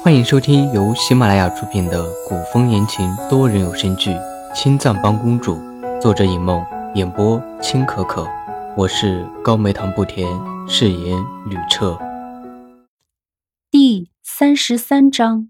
欢迎收听由喜马拉雅出品的古风言情多人有声剧《青藏帮公主》，作者尹梦，演播青可可。我是高梅糖不甜，饰演吕彻。 第33章。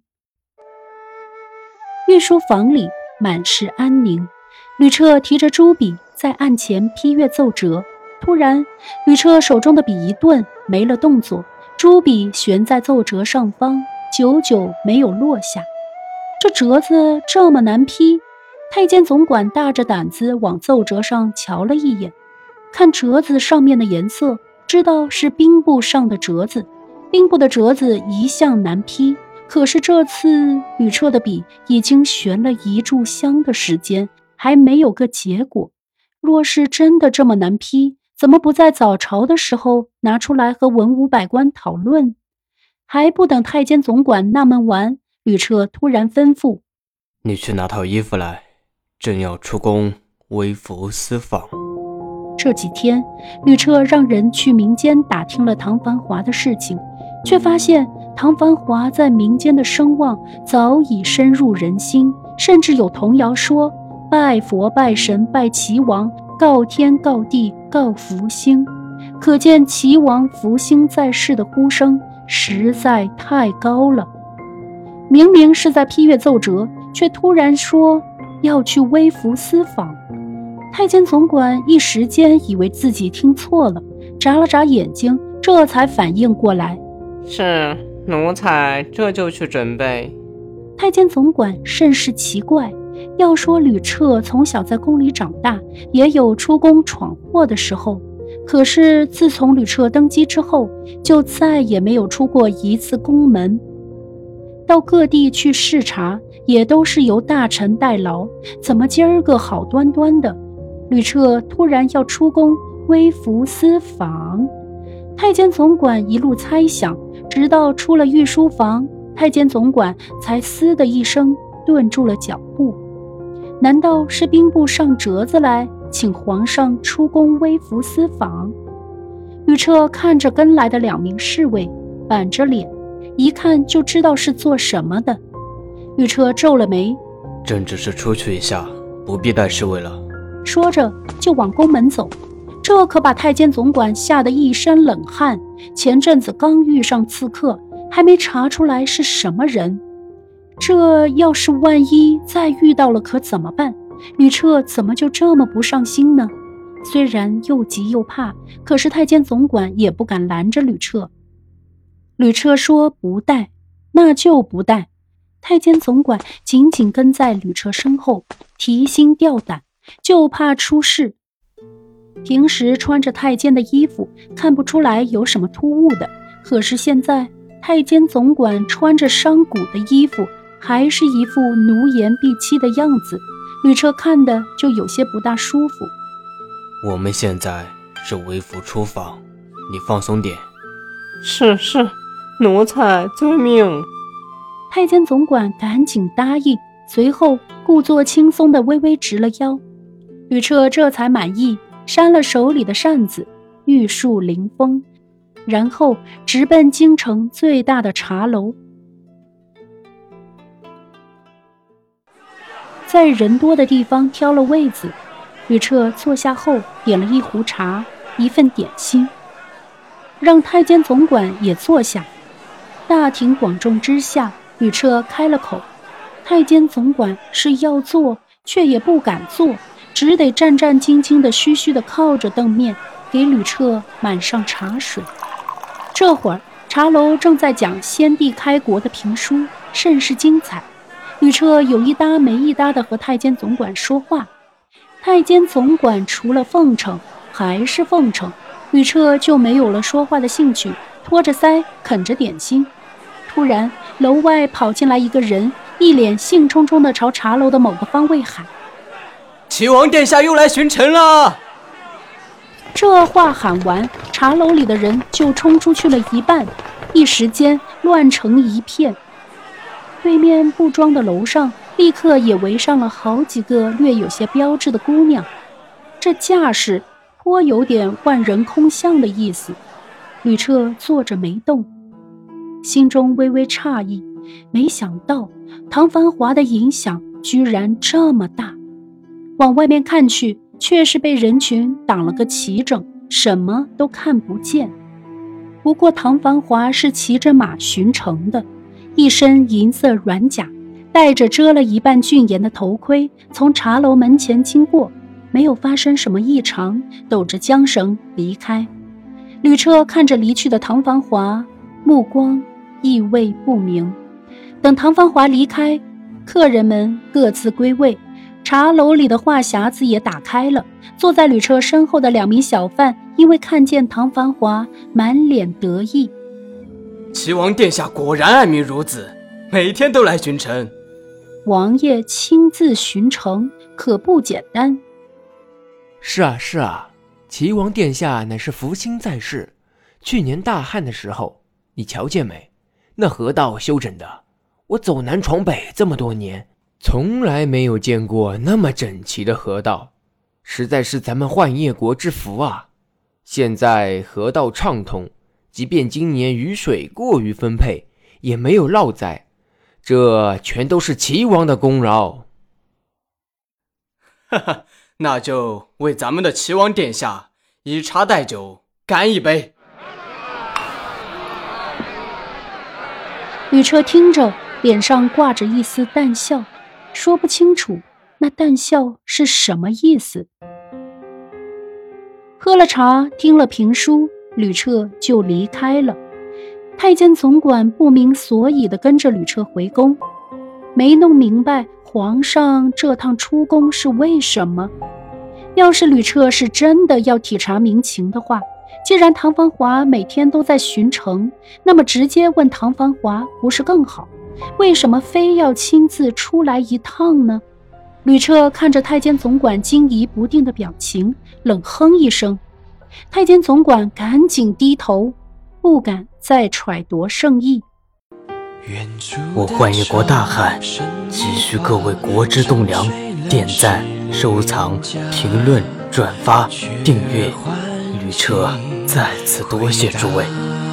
御书房里满是安宁，吕彻提着朱笔在案前批阅奏折。突然，吕彻手中的笔一顿，没了动作，朱笔悬在奏折上方，久久没有落下。这折子这么难批，太监总管大着胆子往奏折上瞧了一眼，看折子上面的颜色，知道是兵部上的折子。兵部的折子一向难批，可是这次吕彻的笔已经悬了一炷香的时间，还没有个结果。若是真的这么难批，怎么不在早朝的时候拿出来和文武百官讨论？还不等太监总管纳闷完，吕彻突然吩咐： 你去拿套衣服来，正要出宫微服私访。 这几天吕彻让人去民间打听了唐繁华的事情，却发现唐繁华在民间的声望早已深入人心，甚至有童谣说拜佛拜神拜齐王，告天告地告福星，可见齐王福星在世的呼声实在太高了。明明是在批阅奏折，却突然说要去微服私访。太监总管一时间以为自己听错了，眨了眨眼睛，这才反应过来， 是奴才这就去准备。 太监总管甚是奇怪，要说吕彻从小在宫里长大，也有出宫闯祸的时候，可是自从吕彻登基之后，就再也没有出过一次宫门。到各地去视察，也都是由大臣代劳，怎么今儿个好端端的，吕彻突然要出宫微服私访？太监总管一路猜想，直到出了御书房，太监总管才嘶的一声顿住了脚步。难道是兵部上折子来请皇上出宫微服私访？吕彻看着跟来的2名侍卫，板着脸，一看就知道是做什么的。吕彻皱了眉， 朕只是出去一下，不必带侍卫了。 说着就往宫门走。这可把太监总管吓得一身冷汗，前阵子刚遇上刺客，还没查出来是什么人，这要是万一再遇到了可怎么办？吕彻怎么就这么不上心呢？虽然又急又怕，可是太监总管也不敢拦着吕彻。吕彻说不带，那就不带。太监总管紧紧跟在吕彻身后，提心吊胆，就怕出事。平时穿着太监的衣服，看不出来有什么突兀的，可是现在太监总管穿着商贾的衣服，还是一副奴颜婢妻的样子，吕彻看的就有些不大舒服。 我们现在是微服出访，你放松点。 是，奴才遵命。 太监总管赶紧答应，随后故作轻松地微微直了腰。吕彻这才满意，扇了手里的扇子，玉树临风，然后直奔京城最大的茶楼。在人多的地方挑了位子，吕彻坐下后点了一壶茶，一份点心，让太监总管也坐下。大庭广众之下，吕彻开了口，太监总管是要坐，却也不敢坐，只得战战兢兢地虚虚地靠着凳面，给吕彻满上茶水。这会儿茶楼正在讲先帝开国的评书，甚是精彩。吕彻有一搭没一搭地和太监总管说话，太监总管除了奉承还是奉承，吕彻就没有了说话的兴趣，托着腮啃着点心。突然楼外跑进来一个人，一脸兴冲冲地朝茶楼的某个方位喊： 齐王殿下又来巡城了。 这话喊完，茶楼里的人就冲出去了一半，一时间乱成一片。对面布庄的楼上立刻也围上了好几个略有些标致的姑娘，这架势颇有点万人空巷的意思。吕彻坐着没动，心中微微诧异， 没想到唐繁华的影响居然这么大。往外面看去，却是被人群挡了个齐整，什么都看不见。不过唐繁华是骑着马巡城的，一身银色软甲，戴着遮了一半俊颜的头盔，从茶楼门前经过，没有发生什么异常，抖着缰绳离开。吕彻看着离去的唐繁华，目光意味不明。等唐繁华离开，客人们各自归位，茶楼里的话匣子也打开了。坐在吕彻身后的2名小贩因为看见唐繁华，满脸得意。 齐王殿下果然爱民如子，每天都来巡城。 王爷亲自巡城，可不简单。 是啊是啊，齐王殿下乃是福星在世。去年大旱的时候，你瞧见没？那河道修整的，我走南闯北这么多年，从来没有见过那么整齐的河道，实在是咱们幻夜国之福啊！现在河道畅通，即便今年雨水过于分配，也没有涝灾，这全都是齐王的功劳。 哈哈，那就为咱们的齐王殿下以茶代酒，干一杯。 吕彻听着，脸上挂着一丝淡笑，说不清楚那淡笑是什么意思。喝了茶，听了评书，吕彻就离开了。太监总管不明所以地跟着吕彻回宫，没弄明白皇上这趟出宫是为什么。要是吕彻是真的要体察民情的话，既然唐繁华每天都在巡城，那么直接问唐繁华不是更好？为什么非要亲自出来一趟呢？吕彻看着太监总管惊疑不定的表情，冷哼一声。太监总管赶紧低头，不敢再揣度圣意。 我幻夜国大旱，急需各位国之栋梁点赞、收藏、评论、转发、订阅。吕彻再次多谢诸位。